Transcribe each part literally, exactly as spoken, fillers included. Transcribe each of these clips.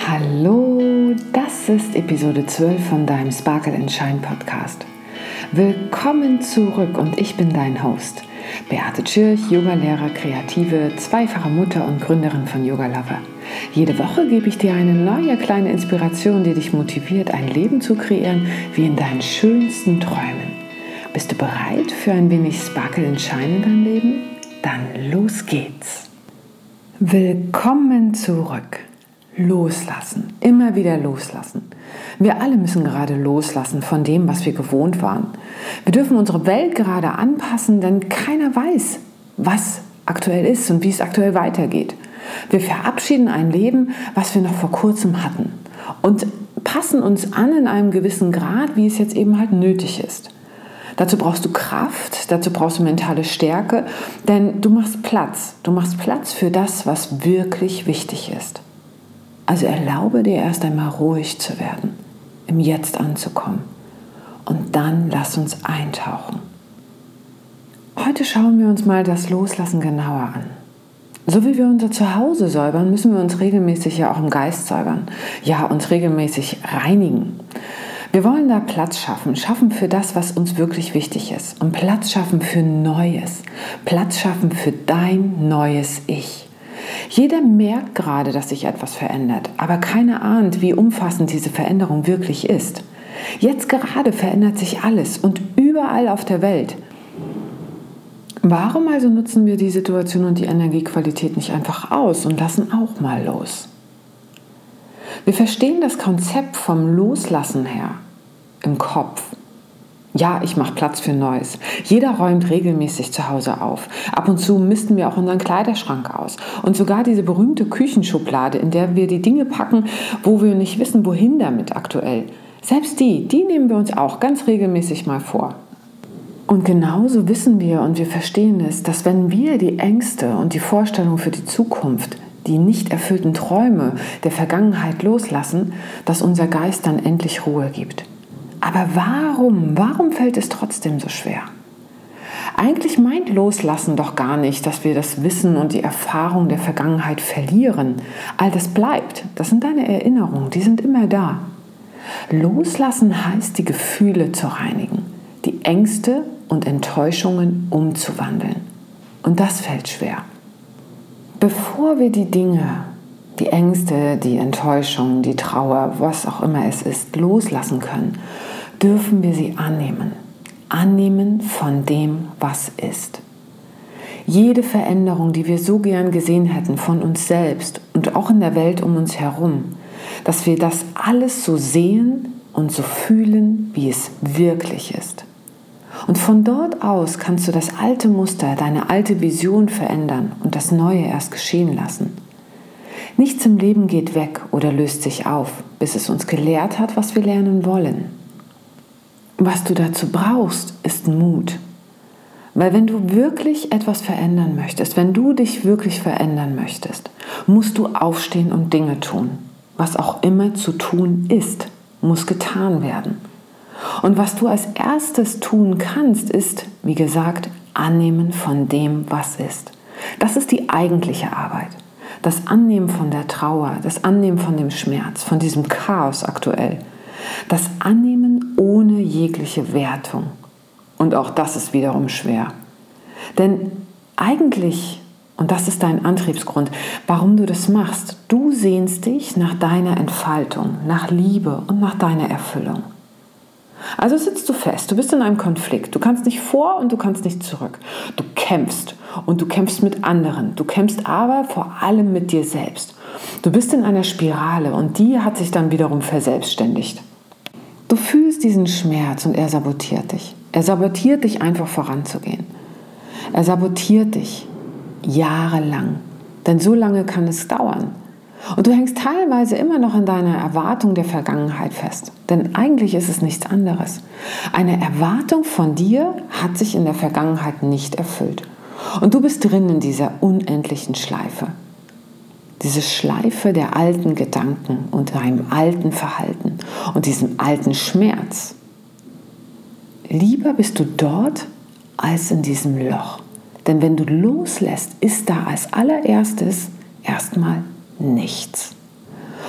Hallo, das ist Episode zwölf von deinem Sparkle and Shine Podcast. Willkommen zurück und ich bin dein Host, Beate Tschirch, Yogalehrer, Kreative, zweifache Mutter und Gründerin von Yoga Lover. Jede Woche gebe ich dir eine neue kleine Inspiration, die dich motiviert, ein Leben zu kreieren wie in deinen schönsten Träumen. Bist du bereit für ein wenig Sparkle and Shine in deinem Leben? Dann los geht's! Willkommen zurück! Loslassen, immer wieder loslassen. Wir alle müssen gerade loslassen von dem, was wir gewohnt waren. Wir dürfen unsere Welt gerade anpassen, denn keiner weiß, was aktuell ist und wie es aktuell weitergeht. Wir verabschieden ein Leben, was wir noch vor kurzem hatten und passen uns an in einem gewissen Grad, wie es jetzt eben halt nötig ist. Dazu brauchst du Kraft, dazu brauchst du mentale Stärke, denn du machst Platz. Du machst Platz für das, was wirklich wichtig ist. Also erlaube dir erst einmal ruhig zu werden, im Jetzt anzukommen und dann lass uns eintauchen. Heute schauen wir uns mal das Loslassen genauer an. So wie wir unser Zuhause säubern, müssen wir uns regelmäßig ja auch im Geist säubern, ja uns regelmäßig reinigen. Wir wollen da Platz schaffen, schaffen für das, was uns wirklich wichtig ist und Platz schaffen für Neues, Platz schaffen für dein neues Ich. Jeder merkt gerade, dass sich etwas verändert, aber keiner ahnt, wie umfassend diese Veränderung wirklich ist. Jetzt gerade verändert sich alles und überall auf der Welt. Warum also nutzen wir die Situation und die Energiequalität nicht einfach aus und lassen auch mal los? Wir verstehen das Konzept vom Loslassen her im Kopf. Ja, ich mache Platz für Neues. Jeder räumt regelmäßig zu Hause auf. Ab und zu misten wir auch unseren Kleiderschrank aus. Und sogar diese berühmte Küchenschublade, in der wir die Dinge packen, wo wir nicht wissen, wohin damit aktuell. Selbst die, die nehmen wir uns auch ganz regelmäßig mal vor. Und genauso wissen wir und wir verstehen es, dass wenn wir die Ängste und die Vorstellung für die Zukunft, die nicht erfüllten Träume der Vergangenheit loslassen, dass unser Geist dann endlich Ruhe gibt. Aber warum? Warum fällt es trotzdem so schwer? Eigentlich meint Loslassen doch gar nicht, dass wir das Wissen und die Erfahrung der Vergangenheit verlieren. All das bleibt. Das sind deine Erinnerungen, die sind immer da. Loslassen heißt, die Gefühle zu reinigen, die Ängste und Enttäuschungen umzuwandeln. Und das fällt schwer. Bevor wir die Dinge, die Ängste, die Enttäuschung, die Trauer, was auch immer es ist, loslassen können, dürfen wir sie annehmen. Annehmen von dem, was ist. Jede Veränderung, die wir so gern gesehen hätten von uns selbst und auch in der Welt um uns herum, dass wir das alles so sehen und so fühlen, wie es wirklich ist. Und von dort aus kannst du das alte Muster, deine alte Vision verändern und das Neue erst geschehen lassen. Nichts im Leben geht weg oder löst sich auf, bis es uns gelehrt hat, was wir lernen wollen. Was du dazu brauchst, ist Mut. Weil wenn du wirklich etwas verändern möchtest, wenn du dich wirklich verändern möchtest, musst du aufstehen und Dinge tun. Was auch immer zu tun ist, muss getan werden. Und was du als erstes tun kannst, ist, wie gesagt, annehmen von dem, was ist. Das ist die eigentliche Arbeit. Das Annehmen von der Trauer, das Annehmen von dem Schmerz, von diesem Chaos aktuell. Das Annehmen ohne jegliche Wertung. Und auch das ist wiederum schwer. Denn eigentlich, und das ist dein Antriebsgrund, warum du das machst, du sehnst dich nach deiner Entfaltung, nach Liebe und nach deiner Erfüllung. Also sitzt du fest, du bist in einem Konflikt, du kannst nicht vor und du kannst nicht zurück. Du kämpfst und du kämpfst mit anderen, du kämpfst aber vor allem mit dir selbst. Du bist in einer Spirale und die hat sich dann wiederum verselbstständigt. Du fühlst diesen Schmerz und er sabotiert dich. Er sabotiert dich einfach voranzugehen. Er sabotiert dich jahrelang, denn so lange kann es dauern. Und du hängst teilweise immer noch in deiner Erwartung der Vergangenheit fest. Denn eigentlich ist es nichts anderes. Eine Erwartung von dir hat sich in der Vergangenheit nicht erfüllt. Und du bist drin in dieser unendlichen Schleife. Diese Schleife der alten Gedanken und deinem alten Verhalten und diesem alten Schmerz. Lieber bist du dort als in diesem Loch. Denn wenn du loslässt, ist da als allererstes erstmal nichts.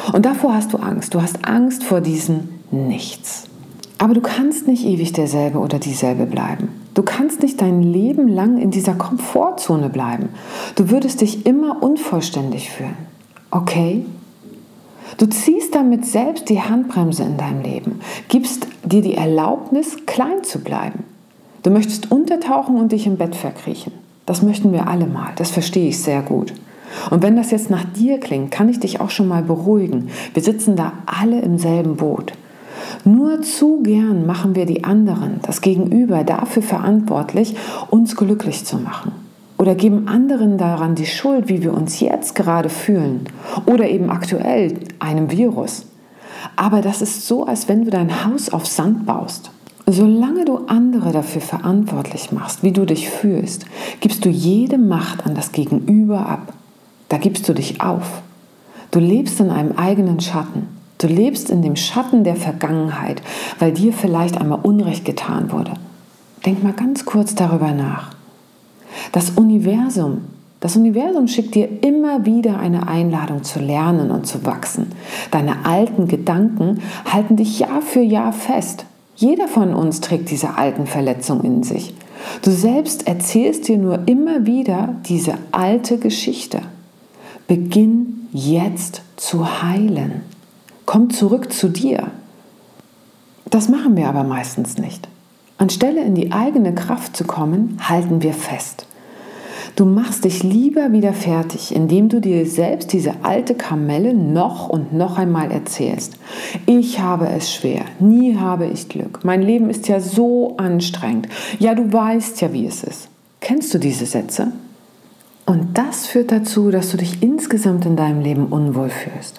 Und davor hast du Angst. Du hast Angst vor diesem Nichts. Aber du kannst nicht ewig derselbe oder dieselbe bleiben. Du kannst nicht dein Leben lang in dieser Komfortzone bleiben. Du würdest dich immer unvollständig fühlen. Okay? Du ziehst damit selbst die Handbremse in deinem Leben, gibst dir die Erlaubnis, klein zu bleiben. Du möchtest untertauchen und dich im Bett verkriechen. Das möchten wir alle mal, das verstehe ich sehr gut. Und wenn das jetzt nach dir klingt, kann ich dich auch schon mal beruhigen. Wir sitzen da alle im selben Boot. Nur zu gern machen wir die anderen, das Gegenüber, dafür verantwortlich, uns glücklich zu machen. Oder geben anderen daran die Schuld, wie wir uns jetzt gerade fühlen. Oder eben aktuell einem Virus. Aber das ist so, als wenn du dein Haus auf Sand baust. Solange du andere dafür verantwortlich machst, wie du dich fühlst, gibst du jede Macht an das Gegenüber ab. Da gibst du dich auf. Du lebst in einem eigenen Schatten. Du lebst in dem Schatten der Vergangenheit, weil dir vielleicht einmal Unrecht getan wurde. Denk mal ganz kurz darüber nach. Das Universum, das Universum schickt dir immer wieder eine Einladung zu lernen und zu wachsen. Deine alten Gedanken halten dich Jahr für Jahr fest. Jeder von uns trägt diese alten Verletzungen in sich. Du selbst erzählst dir nur immer wieder diese alte Geschichte. Beginn jetzt zu heilen. Komm zurück zu dir. Das machen wir aber meistens nicht. Anstelle in die eigene Kraft zu kommen, halten wir fest. Du machst dich lieber wieder fertig, indem du dir selbst diese alte Kamelle noch und noch einmal erzählst. Ich habe es schwer, nie habe ich Glück, mein Leben ist ja so anstrengend. Ja, du weißt ja, wie es ist. Kennst du diese Sätze? Und das führt dazu, dass du dich insgesamt in deinem Leben unwohl fühlst.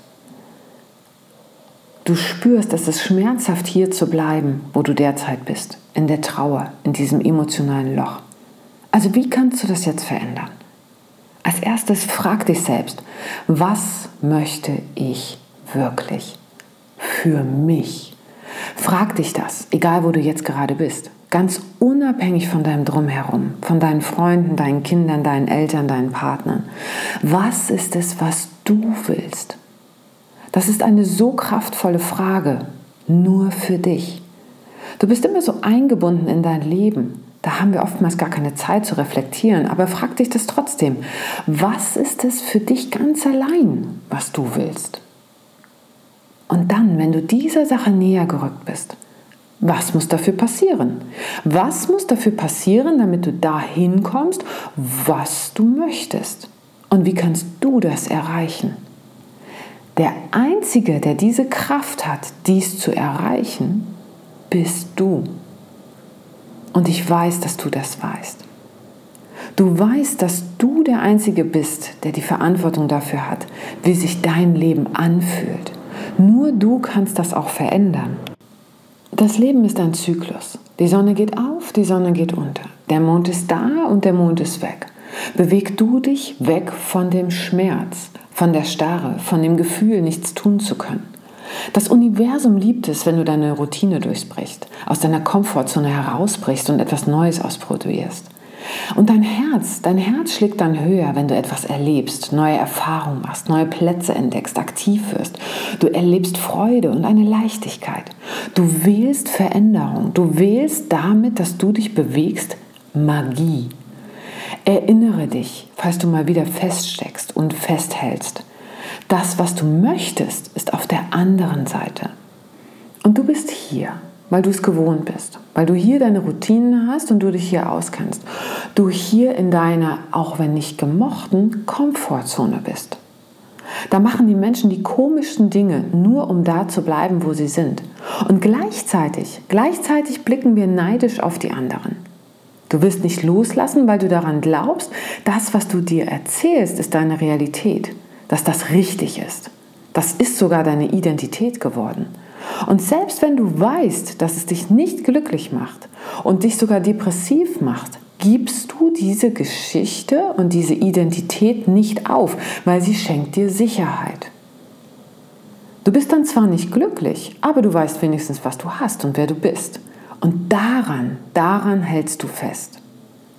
Du spürst, es ist schmerzhaft, hier zu bleiben, wo du derzeit bist, in der Trauer, in diesem emotionalen Loch. Also wie kannst du das jetzt verändern? Als erstes frag dich selbst, was möchte ich wirklich für mich? Frag dich das, egal wo du jetzt gerade bist, ganz unabhängig von deinem Drumherum, von deinen Freunden, deinen Kindern, deinen Eltern, deinen Partnern. Was ist es, was du willst? Das ist eine so kraftvolle Frage, nur für dich. Du bist immer so eingebunden in dein Leben. Da haben wir oftmals gar keine Zeit zu reflektieren, aber frag dich das trotzdem. Was ist es für dich ganz allein, was du willst? Und dann, wenn du dieser Sache näher gerückt bist, was muss dafür passieren? Was muss dafür passieren, damit du dahin kommst, was du möchtest? Und wie kannst du das erreichen? Der Einzige, der diese Kraft hat, dies zu erreichen, bist du. Und ich weiß, dass du das weißt. Du weißt, dass du der Einzige bist, der die Verantwortung dafür hat, wie sich dein Leben anfühlt. Nur du kannst das auch verändern. Das Leben ist ein Zyklus. Die Sonne geht auf, die Sonne geht unter. Der Mond ist da und der Mond ist weg. Beweg du dich weg von dem Schmerz, von der Starre, von dem Gefühl, nichts tun zu können. Das Universum liebt es, wenn du deine Routine durchbrichst, aus deiner Komfortzone herausbrichst und etwas Neues ausprobierst. Und dein Herz, dein Herz schlägt dann höher, wenn du etwas erlebst, neue Erfahrungen machst, neue Plätze entdeckst, aktiv wirst. Du erlebst Freude und eine Leichtigkeit. Du wählst Veränderung. Du wählst damit, dass du dich bewegst, Magie. Erinnere dich, falls du mal wieder feststeckst und festhältst. Das, was du möchtest, ist auf der anderen Seite. Und du bist hier, weil du es gewohnt bist, weil du hier deine Routinen hast und du dich hier auskennst. Du hier in deiner, auch wenn nicht gemochten, Komfortzone bist. Da machen die Menschen die komischsten Dinge, nur um da zu bleiben, wo sie sind. Und gleichzeitig, gleichzeitig blicken wir neidisch auf die anderen. Du willst nicht loslassen, weil du daran glaubst, das, was du dir erzählst, ist deine Realität. Dass das richtig ist. Das ist sogar deine Identität geworden. Und selbst wenn du weißt, dass es dich nicht glücklich macht und dich sogar depressiv macht, gibst du diese Geschichte und diese Identität nicht auf, weil sie schenkt dir Sicherheit. Du bist dann zwar nicht glücklich, aber du weißt wenigstens, was du hast und wer du bist. Und daran, daran hältst du fest.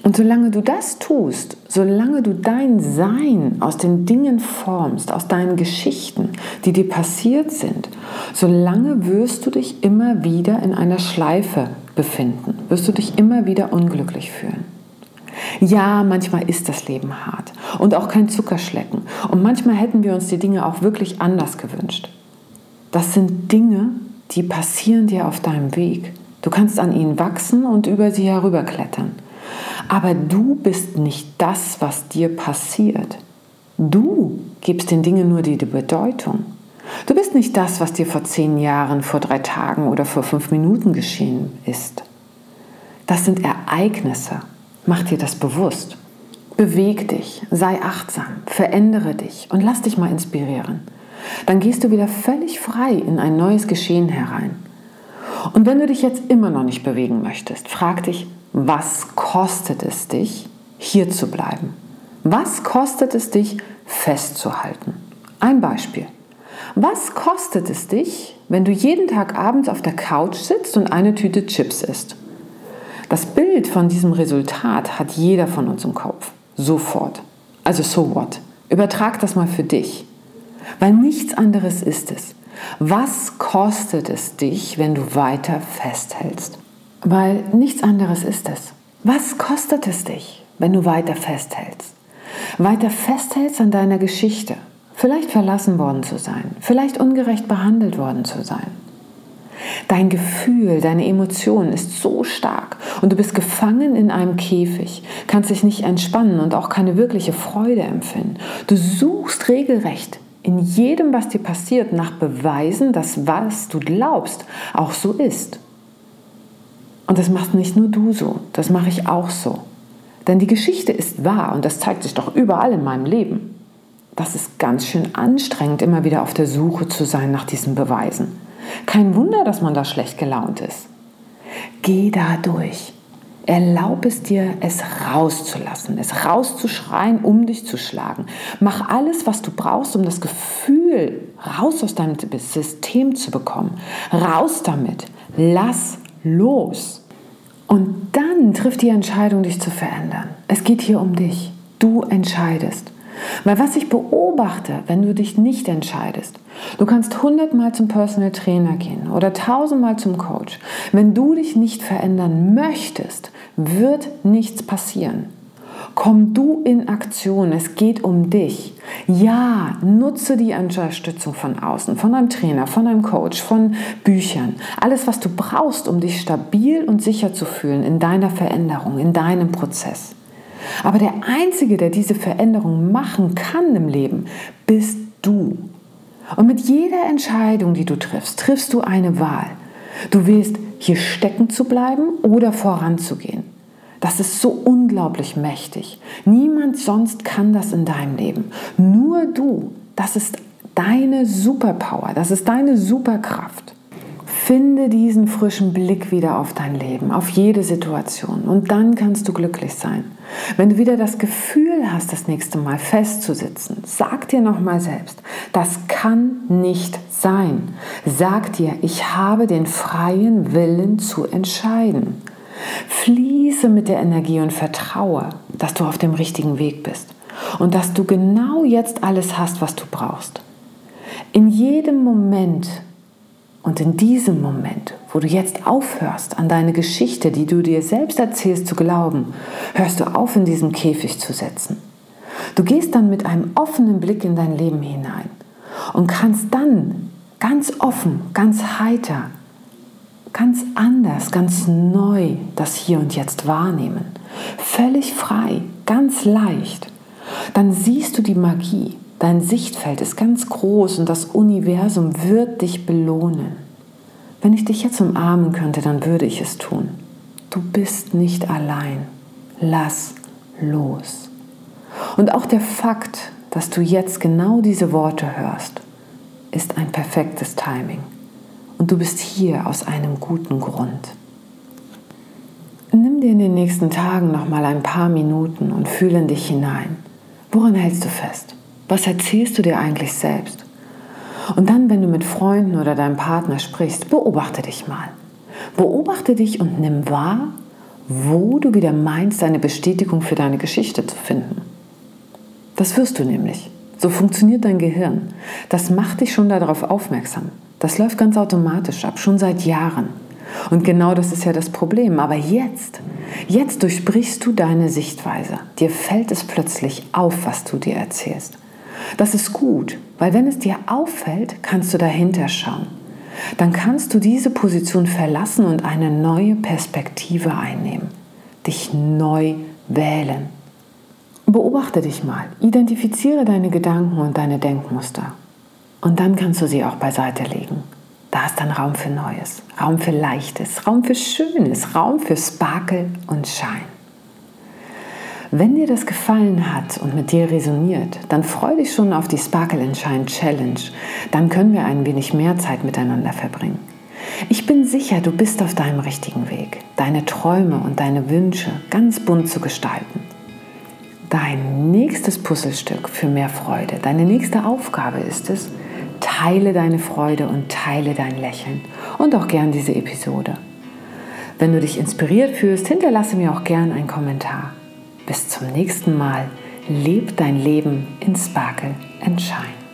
Und solange du das tust, solange du dein Sein aus den Dingen formst, aus deinen Geschichten, die dir passiert sind, solange wirst du dich immer wieder in einer Schleife befinden, wirst du dich immer wieder unglücklich fühlen. Ja, manchmal ist das Leben hart und auch kein Zuckerschlecken. Und manchmal hätten wir uns die Dinge auch wirklich anders gewünscht. Das sind Dinge, die passieren dir auf deinem Weg. Du kannst an ihnen wachsen und über sie herüberklettern. Aber du bist nicht das, was dir passiert. Du gibst den Dingen nur die Bedeutung. Du bist nicht das, was dir vor zehn Jahren, vor drei Tagen oder vor fünf Minuten geschehen ist. Das sind Ereignisse. Mach dir das bewusst. Beweg dich, sei achtsam, verändere dich und lass dich mal inspirieren. Dann gehst du wieder völlig frei in ein neues Geschehen herein. Und wenn du dich jetzt immer noch nicht bewegen möchtest, frag dich, was kostet es dich, hier zu bleiben? Was kostet es dich, festzuhalten? Ein Beispiel. Was kostet es dich, wenn du jeden Tag abends auf der Couch sitzt und eine Tüte Chips isst? Das Bild von diesem Resultat hat jeder von uns im Kopf. Sofort. Also so what? Übertrag das mal für dich. Weil nichts anderes ist es. Was kostet es dich, wenn du weiter festhältst? Weil nichts anderes ist es. Was kostet es dich, wenn du weiter festhältst? Weiter festhältst an deiner Geschichte. Vielleicht verlassen worden zu sein. Vielleicht ungerecht behandelt worden zu sein. Dein Gefühl, deine Emotion ist so stark und du bist gefangen in einem Käfig, kannst dich nicht entspannen und auch keine wirkliche Freude empfinden. Du suchst regelrecht in jedem, was dir passiert, nach Beweisen, dass was du glaubst, auch so ist. Und das machst nicht nur du so, das mache ich auch so. Denn die Geschichte ist wahr und das zeigt sich doch überall in meinem Leben. Das ist ganz schön anstrengend, immer wieder auf der Suche zu sein nach diesen Beweisen. Kein Wunder, dass man da schlecht gelaunt ist. Geh da durch. Erlaub es dir, es rauszulassen, es rauszuschreien, um dich zu schlagen. Mach alles, was du brauchst, um das Gefühl raus aus deinem System zu bekommen. Raus damit. Lass los. Und dann triff die Entscheidung, dich zu verändern. Es geht hier um dich. Du entscheidest. Weil was ich beobachte, wenn du dich nicht entscheidest, du kannst hundertmal zum Personal Trainer gehen oder tausendmal zum Coach. Wenn du dich nicht verändern möchtest, wird nichts passieren. Komm du in Aktion, es geht um dich. Ja, nutze die Unterstützung von außen, von einem Trainer, von einem Coach, von Büchern. Alles, was du brauchst, um dich stabil und sicher zu fühlen in deiner Veränderung, in deinem Prozess. Aber der Einzige, der diese Veränderung machen kann im Leben, bist du. Und mit jeder Entscheidung, die du triffst, triffst du eine Wahl. Du wählst, hier stecken zu bleiben oder voranzugehen. Das ist so unglaublich mächtig. Niemand sonst kann das in deinem Leben. Nur du. Das ist deine Superpower. Das ist deine Superkraft. Finde diesen frischen Blick wieder auf dein Leben, auf jede Situation und dann kannst du glücklich sein. Wenn du wieder das Gefühl hast, das nächste Mal festzusitzen, sag dir nochmal selbst, das kann nicht sein. Sag dir, ich habe den freien Willen zu entscheiden. Fließe mit der Energie und vertraue, dass du auf dem richtigen Weg bist und dass du genau jetzt alles hast, was du brauchst. In jedem Moment und in diesem Moment, wo du jetzt aufhörst, an deine Geschichte, die du dir selbst erzählst, zu glauben, hörst du auf, in diesem Käfig zu sitzen. Du gehst dann mit einem offenen Blick in dein Leben hinein und kannst dann ganz offen, ganz heiter, ganz anders, ganz neu das Hier und Jetzt wahrnehmen. Völlig frei, ganz leicht. Dann siehst du die Magie. Dein Sichtfeld ist ganz groß und das Universum wird dich belohnen. Wenn ich dich jetzt umarmen könnte, dann würde ich es tun. Du bist nicht allein. Lass los. Und auch der Fakt, dass du jetzt genau diese Worte hörst, ist ein perfektes Timing. Und du bist hier aus einem guten Grund. Nimm dir in den nächsten Tagen noch mal ein paar Minuten und fühle in dich hinein. Woran hältst du fest? Was erzählst du dir eigentlich selbst? Und dann, wenn du mit Freunden oder deinem Partner sprichst, beobachte dich mal. Beobachte dich und nimm wahr, wo du wieder meinst, eine Bestätigung für deine Geschichte zu finden. Das wirst du nämlich. So funktioniert dein Gehirn. Das macht dich schon darauf aufmerksam. Das läuft ganz automatisch ab, schon seit Jahren. Und genau das ist ja das Problem. Aber jetzt, jetzt durchbrichst du deine Sichtweise. Dir fällt es plötzlich auf, was du dir erzählst. Das ist gut, weil wenn es dir auffällt, kannst du dahinter schauen. Dann kannst du diese Position verlassen und eine neue Perspektive einnehmen. Dich neu wählen. Beobachte dich mal, identifiziere deine Gedanken und deine Denkmuster. Und dann kannst du sie auch beiseite legen. Da ist dann Raum für Neues, Raum für Leichtes, Raum für Schönes, Raum für Sparkle und Shine. Wenn dir das gefallen hat und mit dir resoniert, dann freu dich schon auf die Sparkle and Shine Challenge. Dann können wir ein wenig mehr Zeit miteinander verbringen. Ich bin sicher, du bist auf deinem richtigen Weg, deine Träume und deine Wünsche ganz bunt zu gestalten. Dein nächstes Puzzlestück für mehr Freude, deine nächste Aufgabe ist es, teile deine Freude und teile dein Lächeln und auch gern diese Episode. Wenn du dich inspiriert fühlst, hinterlasse mir auch gern einen Kommentar. Bis zum nächsten Mal. Leb dein Leben in Sparkle and Shine.